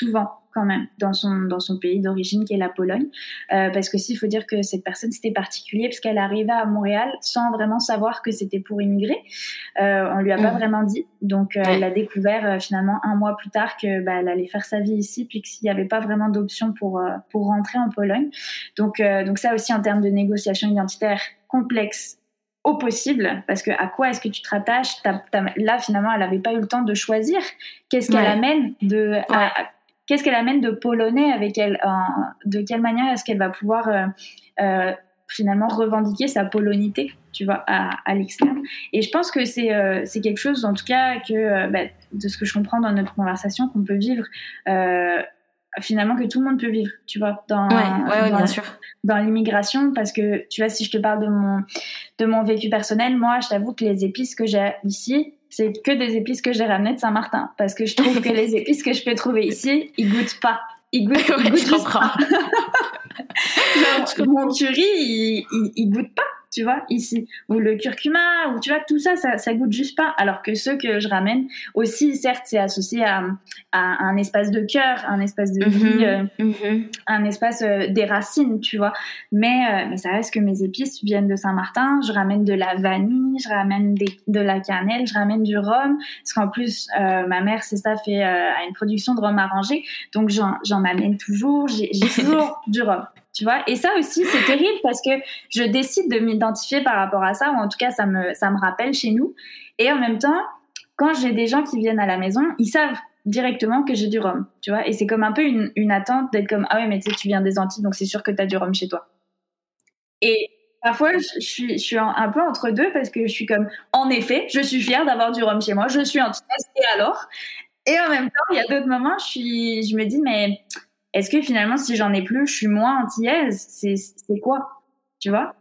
quand même dans son, dans son pays d'origine qui est la Pologne. Euh, parce que s'il faut dire que cette personne, c'était particulier parce qu'elle arrivait à Montréal sans vraiment savoir que c'était pour immigrer. Euh, on lui a pas mmh. vraiment dit. Donc, euh, ouais. elle a découvert euh, finalement un mois plus tard que bah, elle allait faire sa vie ici puis qu'il n'y avait pas vraiment d'option pour, euh, pour rentrer en Pologne. Donc, euh, donc ça aussi en termes de négociation identitaire complexe au possible, parce que à quoi est-ce que tu te rattaches? t'as, t'as, là finalement elle n'avait pas eu le temps de choisir qu'est-ce qu'elle ouais. amène de ouais. à, à, qu'est-ce qu'elle amène de polonais avec elle, euh, de quelle manière est-ce qu'elle va pouvoir euh, euh, finalement revendiquer sa polonité, tu vois, à, à l'externe. Et je pense que c'est euh, c'est quelque chose en tout cas que euh, bah, de ce que je comprends dans notre conversation qu'on peut vivre euh, finalement que tout le monde peut vivre, tu vois, dans, ouais, ouais, ouais, dans, bien sûr. dans l'immigration, parce que, tu vois, si je te parle de mon, de mon vécu personnel, moi, je t'avoue que les épices que j'ai ici, c'est que des épices que j'ai ramenées de Saint-Martin, parce que je trouve que les épices que je peux trouver ici, ils goûtent pas. Ils goûtent, ouais, ils goûtent je juste comprends. pas. Genre, mon curry, il, il, il goûte pas, tu vois, ici. Ou le curcuma, ou tu vois, tout ça, ça, ça goûte juste pas. Alors que ceux que je ramène, aussi, certes, c'est associé à, à un espace de cœur, un espace de vie, mm-hmm. euh, mm-hmm. un espace euh, des racines, tu vois. Mais, euh, mais ça reste que mes épices viennent de Saint-Martin. Je ramène de la vanille, je ramène des, de la cannelle, je ramène du rhum. Parce qu'en plus, euh, ma mère, c'est ça, fait euh, une production de rhum arrangé. Donc, j'en, j'en amène toujours. J'ai, j'ai toujours du rhum. Tu vois, et ça aussi c'est terrible parce que je décide de m'identifier par rapport à ça, ou en tout cas ça me ça me rappelle chez nous. Et en même temps, quand j'ai des gens qui viennent à la maison, ils savent directement que j'ai du rhum, tu vois. Et c'est comme un peu une, une attente d'être comme ah ouais mais tu sais tu viens des Antilles donc c'est sûr que t'as du rhum chez toi. Et parfois je, je suis je suis un, un peu entre deux parce que je suis comme en effet je suis fière d'avoir du rhum chez moi, je suis antillaise et alors. Et en même temps il y a d'autres moments je suis je me dis mais est-ce que finalement, si j'en ai plus, je suis moins antillaise? C'est, c'est quoi? Tu vois?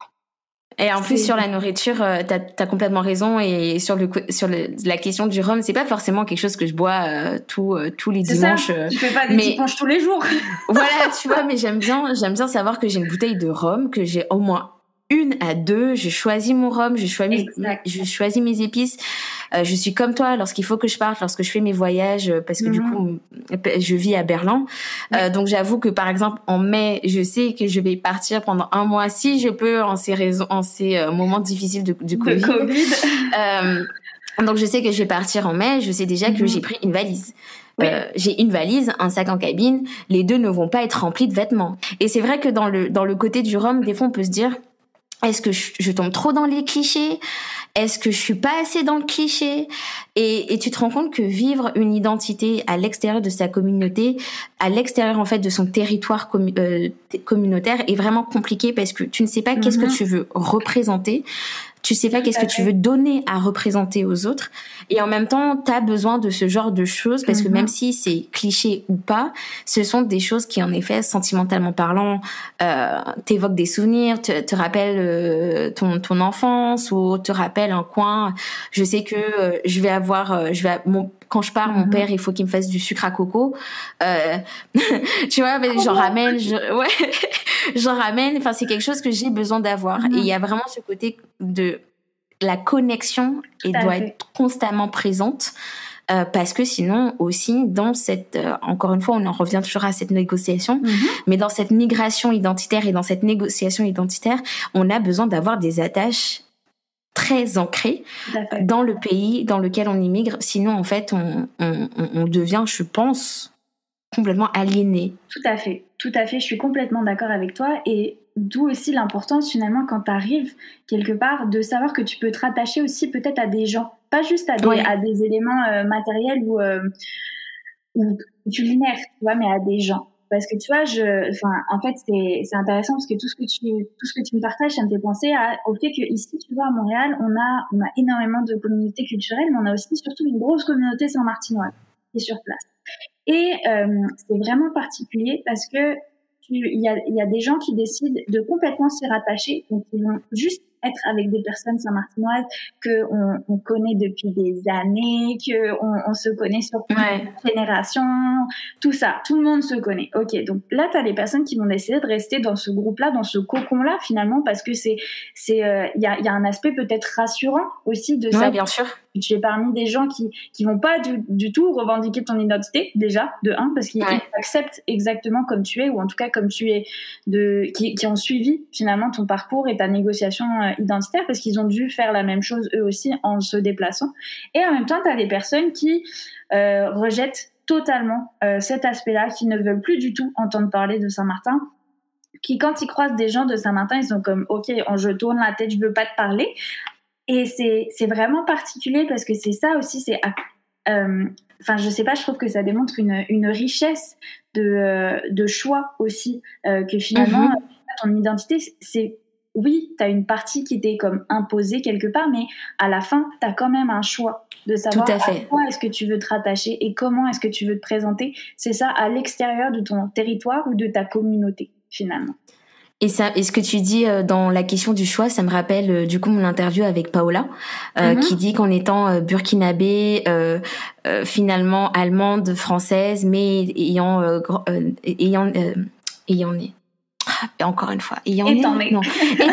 Et en c'est... plus, sur la nourriture, euh, t'as, t'as complètement raison. Et sur le, sur le, la question du rhum, c'est pas forcément quelque chose que je bois euh, tout, euh, tous les c'est dimanches. Ça. Euh, tu fais pas des mais... petits punchs tous les jours. Voilà, tu vois, mais j'aime bien, j'aime bien savoir que j'ai une bouteille de rhum, que j'ai au moins une à deux. Je choisis mon rhum, je choisis, je choisis mes épices. Euh, je suis comme toi lorsqu'il faut que je parte, lorsque je fais mes voyages, parce que mm-hmm. du coup, je vis à Berlin. Oui. Euh, donc j'avoue que par exemple en mai, je sais que je vais partir pendant un mois si je peux en ces raisons, en ces euh, moments difficiles de, de Covid. De COVID. euh, donc je sais que je vais partir en mai. Je sais déjà mm-hmm. que j'ai pris une valise. Oui. Euh, j'ai une valise, un sac en cabine. Les deux ne vont pas être remplis de vêtements. Et c'est vrai que dans le dans le côté du rhum, des fois on peut se dire est-ce que je, je tombe trop dans les clichés? Est-ce que je suis pas assez dans le cliché? Et, et tu te rends compte que vivre une identité à l'extérieur de sa communauté, à l'extérieur en fait de son territoire commu- euh, communautaire est vraiment compliqué parce que tu ne sais pas mm-hmm. qu'est-ce que tu veux représenter. Tu sais pas qu'est-ce que tu veux donner à représenter aux autres. Et en même temps, t'as besoin de ce genre de choses parce mm-hmm. que même si c'est cliché ou pas, ce sont des choses qui, en effet, sentimentalement parlant, euh, t'évoquent des souvenirs, te, te rappellent euh, ton, ton enfance ou te rappellent un coin. Je sais que euh, je vais avoir, euh, je vais, mon, quand je pars, mm-hmm. mon père, il faut qu'il me fasse du sucre à coco. Euh, tu vois, mais j'en ramène, je, ouais, j'en ramène. Enfin, c'est quelque chose que j'ai besoin d'avoir. Mm-hmm. Et il y a vraiment ce côté de la connexion et doit fait. être constamment présente euh, parce que sinon aussi dans cette euh, encore une fois on en revient toujours à cette négociation mm-hmm. mais dans cette migration identitaire et dans cette négociation identitaire on a besoin d'avoir des attaches très ancrées dans le pays dans lequel on immigre sinon en fait on, on, on devient je pense complètement aliéné. Tout à fait, tout à fait, je suis complètement d'accord avec toi et d'où aussi l'importance finalement quand tu arrives quelque part de savoir que tu peux te rattacher aussi peut-être à des gens, pas juste à des, ouais. à des éléments euh, matériels ou, euh, ou culinaires, tu vois, mais à des gens. Parce que tu vois, je, enfin, en fait, c'est, c'est intéressant parce que tout ce que tu, tout ce que tu me partages, ça me fait penser à, au fait que ici, tu vois, à Montréal, on a, on a énormément de communautés culturelles, mais on a aussi surtout une grosse communauté saint-martinoise qui est sur place. Et euh, c'est vraiment particulier parce que il y a, y a des gens qui décident de complètement s'y rattacher, donc ils vont juste être avec des personnes saint-martinoises que on, on connaît depuis des années, que on, on se connaît sur plusieurs Ouais. générations, tout ça, tout le monde se connaît. Ok, donc là, t'as les personnes qui vont décider de rester dans ce groupe-là, dans ce cocon-là, finalement, parce que c'est, c'est, euh, il y a, il y a un aspect peut-être rassurant aussi de ça. Ouais, bien sûr. Tu es parmi des gens qui qui vont pas du, du tout revendiquer ton identité déjà de un parce qu'ils Ouais. acceptent exactement comme tu es ou en tout cas comme tu es de qui, qui ont suivi finalement ton parcours et ta négociation euh, identitaire parce qu'ils ont dû faire la même chose eux aussi en se déplaçant. Et en même temps, tu as des personnes qui euh, rejettent totalement euh, cet aspect-là, qui ne veulent plus du tout entendre parler de Saint-Martin, qui quand ils croisent des gens de Saint-Martin, ils sont comme ok, je tourne la tête, je veux pas te parler. Et c'est, c'est vraiment particulier parce que c'est ça aussi, c'est, euh, enfin, je sais pas, je trouve que ça démontre une, une richesse de, euh, de choix aussi, euh, que finalement, mm-hmm. ton identité, c'est, oui, t'as une partie qui t'est comme imposée quelque part, mais à la fin, t'as quand même un choix de savoir Tout à, à fait. quoi est-ce que tu veux te rattacher et comment est-ce que tu veux te présenter. C'est ça à l'extérieur de ton territoire ou de ta communauté, finalement. Et ça, et ce que tu dis euh, dans la question du choix, ça me rappelle euh, du coup mon interview avec Paola, euh, mm-hmm. qui dit qu'en étant euh, burkinabé, euh, euh, finalement allemande, française, mais ayant euh, euh, ayant euh, ayant né. Et encore une fois, ayant étant né, né. non,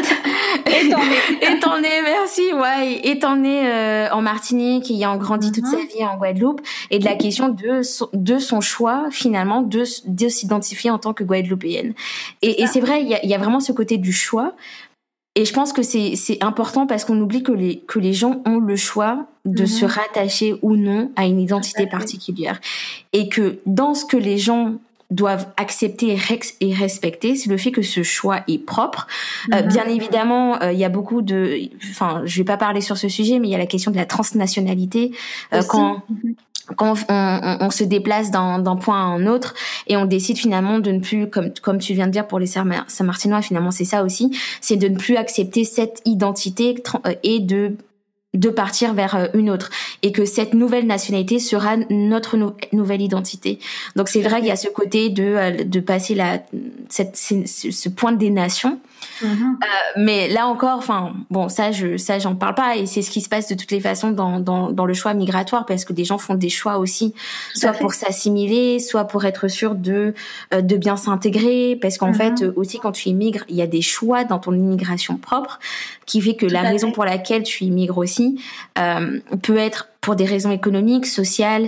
étant né, étant né, merci, ouais, étant né euh, en Martinique, ayant grandi mm-hmm. toute sa vie en Guadeloupe, et de la question de son, de son choix finalement de de s'identifier en tant que Guadeloupéenne. Et, et c'est vrai, il y a, il y a vraiment ce côté du choix. Et je pense que c'est c'est important parce qu'on oublie que les que les gens ont le choix de mm-hmm. se rattacher ou non à une identité particulière, et que dans ce que les gens doivent accepter et respecter, c'est le fait que ce choix est propre. Mm-hmm. Euh, bien évidemment, il euh, y a beaucoup de... Enfin, je vais pas parler sur ce sujet, mais il y a la question de la transnationalité. Euh, quand mm-hmm. quand on, on, on se déplace d'un, d'un point à un autre et on décide finalement de ne plus, comme, comme tu viens de dire pour les Saint-Martinois, finalement c'est ça aussi, c'est de ne plus accepter cette identité et de... de partir vers une autre, et que cette nouvelle nationalité sera notre nou- nouvelle identité. Donc c'est vrai qu'il y a ce côté de de passer la cette ce point des nations. Mm-hmm. Euh, mais là encore, enfin bon, ça je ça j'en parle pas, et c'est ce qui se passe de toutes les façons dans dans dans le choix migratoire, parce que des gens font des choix aussi, Tout soit pour s'assimiler, soit pour être sûr de de bien s'intégrer, parce qu'en mm-hmm. fait aussi quand tu immigres, il y a des choix dans ton immigration propre qui fait que Tout la raison fait. Pour laquelle tu immigres aussi euh, peut être pour des raisons économiques, sociales,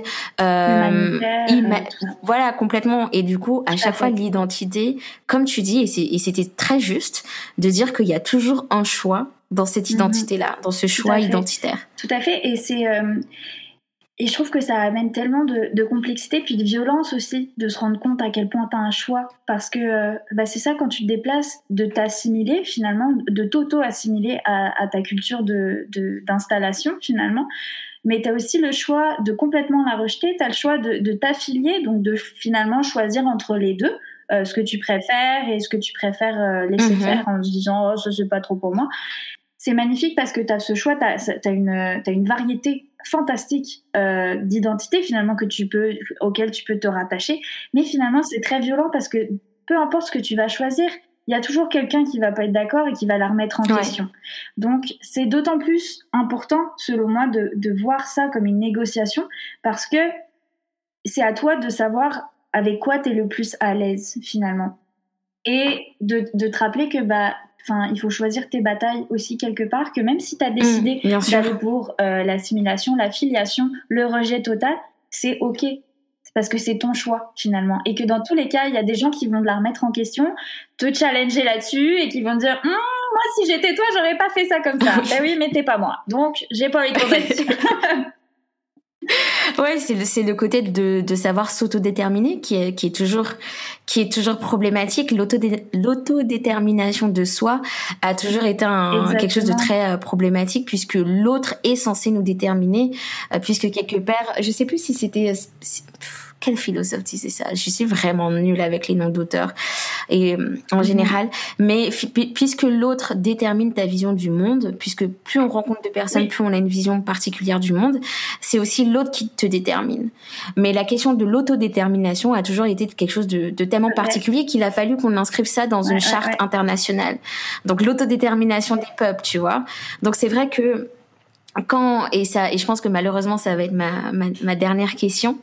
euh, ima- voilà, complètement. Et du coup, à Tout chaque à fois, fait. L'identité, comme tu dis, et, c'est, et c'était très juste de dire qu'il y a toujours un choix dans cette identité-là, mmh. dans ce choix identitaire. Tout à fait. Et c'est... Euh... Et je trouve que ça amène tellement de, de complexité, puis de violence aussi, de se rendre compte à quel point tu as un choix. Parce que euh, bah c'est ça, quand tu te déplaces, de t'assimiler finalement, de t'auto-assimiler à, à ta culture de, de, d'installation finalement. Mais tu as aussi le choix de complètement la rejeter, tu as le choix de, de t'affilier, donc de finalement choisir entre les deux, euh, ce que tu préfères et ce que tu préfères euh, laisser mm-hmm. faire en se disant « oh, ça c'est pas trop pour moi ». C'est magnifique parce que tu as ce choix, tu as une, t'as une variété fantastique euh, d'identité finalement que tu peux, auquel tu peux te rattacher. Mais finalement, c'est très violent parce que peu importe ce que tu vas choisir, il y a toujours quelqu'un qui va pas être d'accord et qui va la remettre en ouais. question. Donc, c'est d'autant plus important, selon moi, de, de voir ça comme une négociation, parce que c'est à toi de savoir avec quoi tu es le plus à l'aise finalement. Et de, de te rappeler que bah, enfin, il faut choisir tes batailles aussi quelque part, que même si tu as décidé mmh, d'aller pour euh, l'assimilation, la filiation, le rejet total, c'est OK. C'est parce que c'est ton choix, finalement. Et que dans tous les cas, il y a des gens qui vont la remettre en question, te challenger là-dessus et qui vont dire hm, « moi, si j'étais toi, j'aurais pas fait ça comme ça. » Ben oui, mais t'es pas moi. Donc, j'ai pas envie de tomber dessus. Ouais, c'est le, c'est le côté de, de savoir s'autodéterminer qui est, qui est toujours, qui est toujours problématique. L'autodé, l'autodétermination de soi a toujours été un, quelque chose de très euh, problématique, puisque l'autre est censé nous déterminer, euh, puisque quelque part, je sais plus si c'était, si, quel philosophe disait ça? Je suis vraiment nulle avec les noms d'auteurs et euh, en mmh. général, mais f- puisque l'autre détermine ta vision du monde, puisque plus on rencontre de personnes, oui. plus on a une vision particulière du monde, c'est aussi l'autre qui te détermine. Mais la question de l'autodétermination a toujours été quelque chose de, de tellement particulier qu'il a fallu qu'on inscrive ça dans ouais, une charte ouais, ouais. internationale. Donc l'autodétermination des peuples, tu vois. Donc c'est vrai que quand et ça et je pense que malheureusement ça va être ma ma, ma dernière question.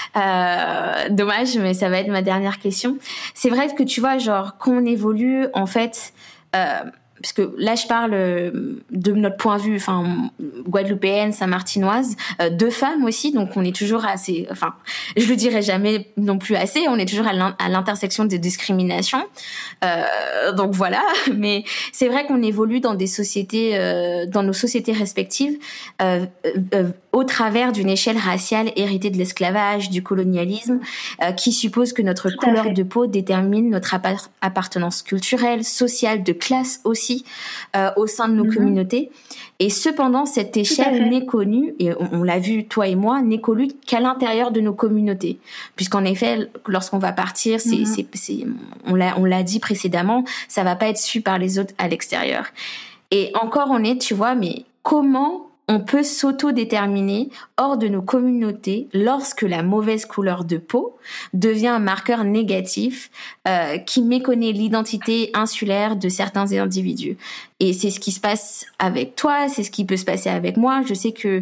Euh, dommage, mais ça va être ma dernière question. C'est vrai que tu vois, genre quand on évolue, en fait. Euh, parce que là je parle de notre point de vue, enfin guadeloupéenne, saint-martinoise, euh, deux femmes aussi, donc on est toujours assez, enfin je le dirai jamais non plus assez, on est toujours à, l'in- à l'intersection des discriminations, euh, donc voilà. Mais c'est vrai qu'on évolue dans des sociétés, euh, dans nos sociétés respectives, euh, euh, au travers d'une échelle raciale héritée de l'esclavage, du colonialisme, euh, qui suppose que notre Tout à couleur fait. de peau détermine notre appart- appartenance culturelle, sociale, de classe aussi, euh, au sein de nos Mhm. communautés. Et cependant, cette Tout à échelle fait. n'est connue, et on, on l'a vu, toi et moi, n'est connue qu'à l'intérieur de nos communautés. Puisqu'en effet, lorsqu'on va partir, c'est, Mhm. c'est, c'est, on l'a, on l'a dit précédemment, ça va pas être su par les autres à l'extérieur. Et encore on est, tu vois, mais comment on peut s'auto-déterminer hors de nos communautés lorsque la mauvaise couleur de peau devient un marqueur négatif euh, qui méconnaît l'identité insulaire de certains individus. Et c'est ce qui se passe avec toi, c'est ce qui peut se passer avec moi. Je sais que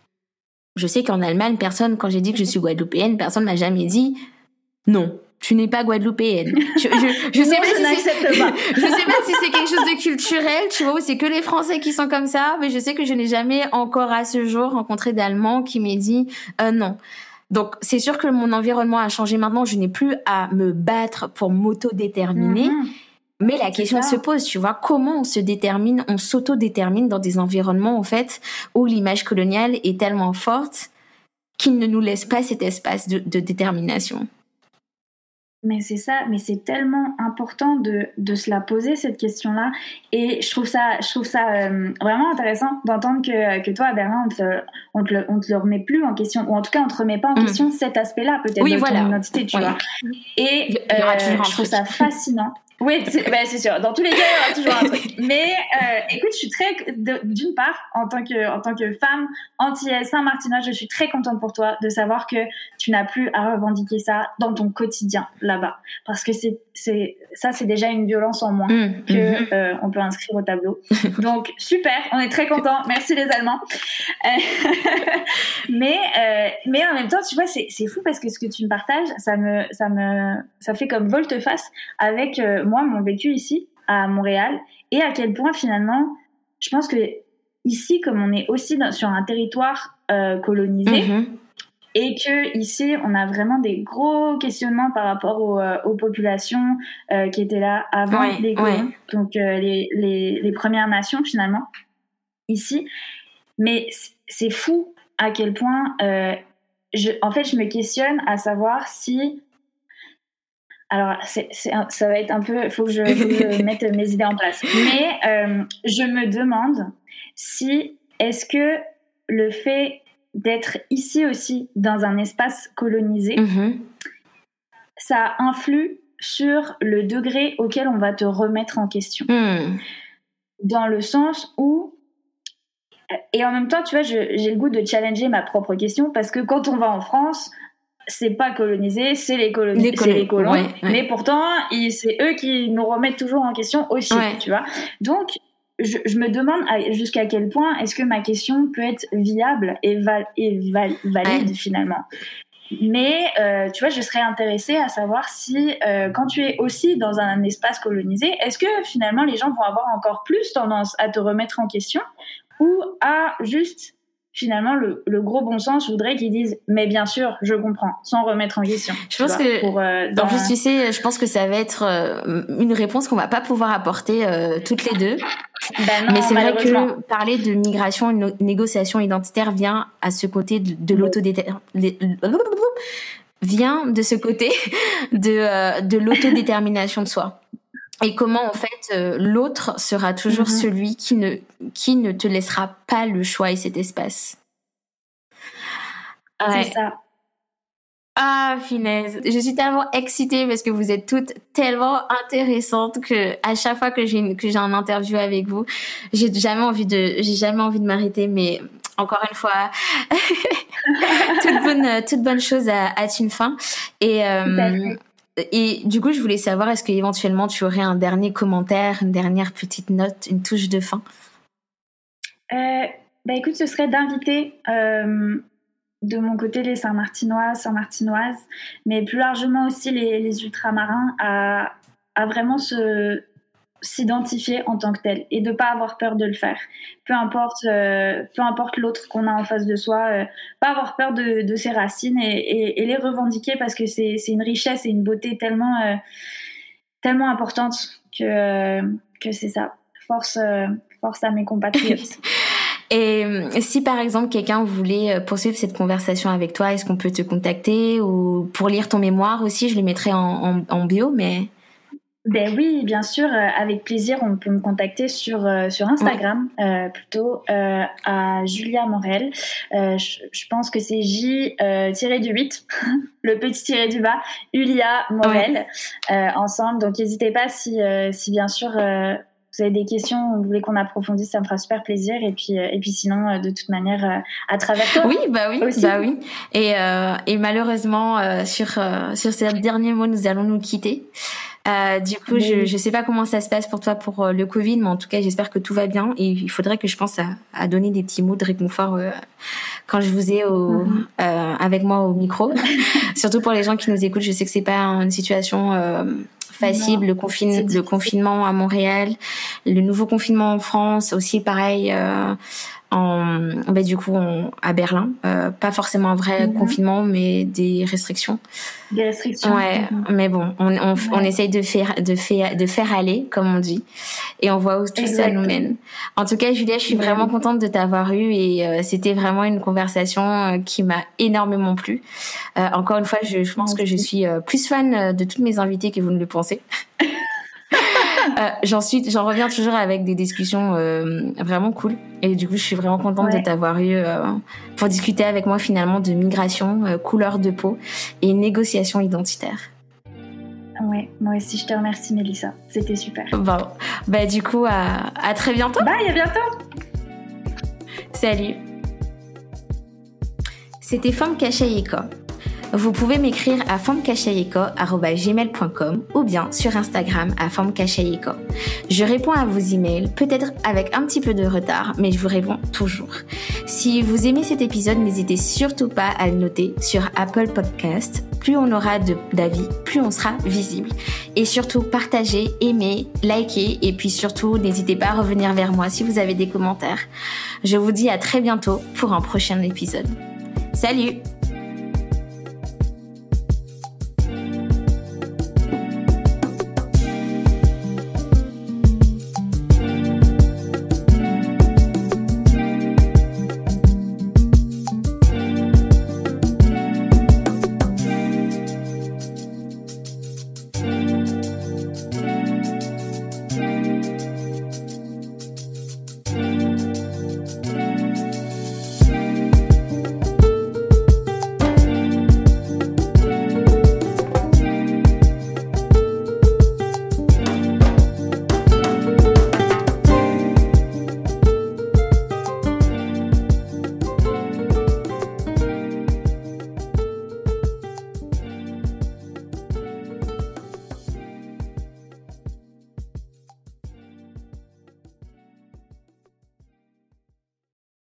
je sais qu'en Allemagne, personne, quand j'ai dit que je suis guadeloupéenne, personne m'a jamais dit non. Tu n'es pas guadeloupéenne. Je, je, je Non, sais pas je si n'accepte c'est, pas. je sais pas si c'est quelque chose de culturel, tu vois, ou c'est que les Français qui sont comme ça, mais je sais que je n'ai jamais encore à ce jour rencontré d'Allemands qui m'aient dit euh, non. Donc, c'est sûr que mon environnement a changé maintenant. Je n'ai plus à me battre pour m'auto-déterminer. Mhm. Mais la C'est question ça. se pose, tu vois, comment on se détermine, on s'auto-détermine dans des environnements, en fait, où l'image coloniale est tellement forte qu'il ne nous laisse pas cet espace de, de détermination. Mais c'est ça, mais c'est tellement important de, de se la poser, cette question-là. Et je trouve ça, je trouve ça euh, vraiment intéressant d'entendre que, que toi, à Berlin, on te, on, te le, on te le remet plus en question, ou en tout cas, on te remet pas en Mmh. question cet aspect-là, peut-être, Oui, de voilà. ton identité, tu Oui. vois. Et Il y aura euh, toujours un je trouve truc. ça fascinant. Oui, c'est, ben c'est sûr. Dans tous les cas, il y aura toujours un truc. Mais euh, écoute, je suis très, de, d'une part, en tant que, en tant que femme antillaise, Saint-Martinoise, je suis très contente pour toi de savoir que tu n'as plus à revendiquer ça dans ton quotidien là-bas, parce que c'est, c'est, ça, c'est déjà une violence en moins Mmh. que Mmh. euh, on peut inscrire au tableau. Donc super, on est très contents. Merci les Allemands. Euh, mais euh, mais en même temps, tu vois, c'est c'est fou parce que ce que tu me partages, ça me ça me ça fait comme volte-face avec euh, moi, mon vécu ici à Montréal, et à quel point finalement, je pense que ici, comme on est aussi dans, sur un territoire euh, colonisé, Mmh. et que ici, on a vraiment des gros questionnements par rapport aux, euh, aux populations euh, qui étaient là avant Ouais, les colons, ouais. donc euh, les, les, les Premières Nations finalement, ici. Mais c'est fou à quel point, euh, je, en fait, je me questionne à savoir si... Alors, c'est, c'est un, ça va être un peu... Il faut que je, faut que je mette mes idées en place. Mais euh, je me demande si... Est-ce que le fait d'être ici aussi, dans un espace colonisé, Mmh. ça influe sur le degré auquel on va te remettre en question. Mmh. Dans le sens où... Et en même temps, tu vois, je, j'ai le goût de challenger ma propre question, parce que quand on va en France... c'est pas colonisé, c'est les, coloni- Les c'est les colons, ouais, ouais. mais pourtant, ils, c'est eux qui nous remettent toujours en question aussi, Ouais. tu vois. Donc, je, je me demande à, jusqu'à quel point est-ce que ma question peut être viable et, val- et val- valide Ouais. finalement. Mais, euh, tu vois, je serais intéressée à savoir si, euh, quand tu es aussi dans un espace colonisé, est-ce que finalement les gens vont avoir encore plus tendance à te remettre en question, ou à juste... Finalement, le, le gros bon sens, je voudrais qu'ils disent « mais bien sûr, je comprends », sans remettre en question. Je pense vois, que, pour, euh, dans... en plus, tu sais, je pense que ça va être euh, une réponse qu'on va pas pouvoir apporter euh, toutes les deux. Ben non, mais c'est vrai malheureusement. que parler de migration et de négociation identitaire vient à ce côté de, de l'autodétermination, vient de ce côté de, euh, de l'autodétermination de soi. Et comment, en fait, euh, l'autre sera toujours Mm-hmm. celui qui ne, qui ne te laissera pas le choix et cet espace. Ouais. C'est ça. Ah, finesse. Je suis tellement excitée parce que vous êtes toutes tellement intéressantes que à chaque fois que j'ai une, que j'ai un interview avec vous, j'ai jamais envie de, j'ai jamais envie de m'arrêter, mais encore une fois, toute bonne, toute bonne chose a, a une fin. Et, euh, et du coup, je voulais savoir, est-ce qu'éventuellement tu aurais un dernier commentaire, une dernière petite note, une touche de fin? euh, bah écoute, ce serait d'inviter euh, de mon côté les Saint-Martinois, Saint-Martinoises, mais plus largement aussi les, les ultramarins à, à vraiment se, s'identifier en tant que tel et de ne pas avoir peur de le faire. Peu importe, euh, peu importe l'autre qu'on a en face de soi, euh, pas avoir peur de, de ses racines et, et, et les revendiquer parce que c'est, c'est une richesse et une beauté tellement, euh, tellement importante que, euh, que c'est ça. Force, euh, force à mes compatriotes. Et si par exemple quelqu'un voulait poursuivre cette conversation avec toi, est-ce qu'on peut te contacter ou pour lire ton mémoire aussi? Je le mettrai en, en, en bio, mais... Ben oui, bien sûr, euh, avec plaisir, on peut me contacter sur, euh, sur Instagram, ouais. euh, plutôt euh, à Julia Morel. Euh, je, je pense que c'est J euh, tiré du huit, le petit tiré du bas, Julia Morel, ouais. euh, ensemble. Donc n'hésitez pas si, euh, si bien sûr euh, vous avez des questions ou vous voulez qu'on approfondisse, ça me fera super plaisir. Et puis, euh, et puis sinon, de toute manière, euh, à travers toi. Oui, bah oui, aussi. bah oui. Et, euh, et malheureusement, euh, sur, euh, sur ces derniers mots, nous allons nous quitter. Euh, du coup, oui. je je sais pas comment ça se passe pour toi pour euh, le Covid, mais en tout cas, j'espère que tout va bien. Et il faudrait que je pense à, à donner des petits mots de réconfort euh, quand je vous ai au, mm-hmm. euh, avec moi au micro. Surtout pour les gens qui nous écoutent, je sais que c'est pas une situation euh, facile. Non, le, confine, le confinement à Montréal, le nouveau confinement en France, aussi pareil. Euh, en ben du coup on, à Berlin, euh, pas forcément un vrai mm-hmm. confinement, mais des restrictions. Des restrictions. Ouais, mm-hmm. mais bon, on, on, ouais. on essaye de faire, de faire, de faire aller, comme on dit, et on voit où tout Exactement. Ça nous mène. En tout cas, Julia, je suis ouais. vraiment contente de t'avoir eue et euh, c'était vraiment une conversation euh, qui m'a énormément plu. Euh, encore une fois, je, je pense Merci. que je suis euh, plus fan de toutes mes invitées que vous ne le pensez. Euh, j'en suis, j'en reviens toujours avec des discussions euh, vraiment cool. Et du coup, je suis vraiment contente ouais. de t'avoir eu euh, pour discuter avec moi finalement de migration, euh, couleur de peau et négociation identitaire. Ouais, moi aussi, je te remercie, Mélissa. C'était super. Bon, bah du coup, à, à très bientôt. Bye, à bientôt. Salut. C'était Femme Kachayeko. Vous pouvez m'écrire à femkachayeko arobase gmail point com ou bien sur Instagram à femkachayeko. Je réponds à vos emails, peut-être avec un petit peu de retard, mais je vous réponds toujours. Si vous aimez cet épisode, n'hésitez surtout pas à le noter sur Apple Podcast. Plus on aura de, d'avis, plus on sera visible. Et surtout, partagez, aimez, likez et puis surtout, n'hésitez pas à revenir vers moi si vous avez des commentaires. Je vous dis à très bientôt pour un prochain épisode. Salut!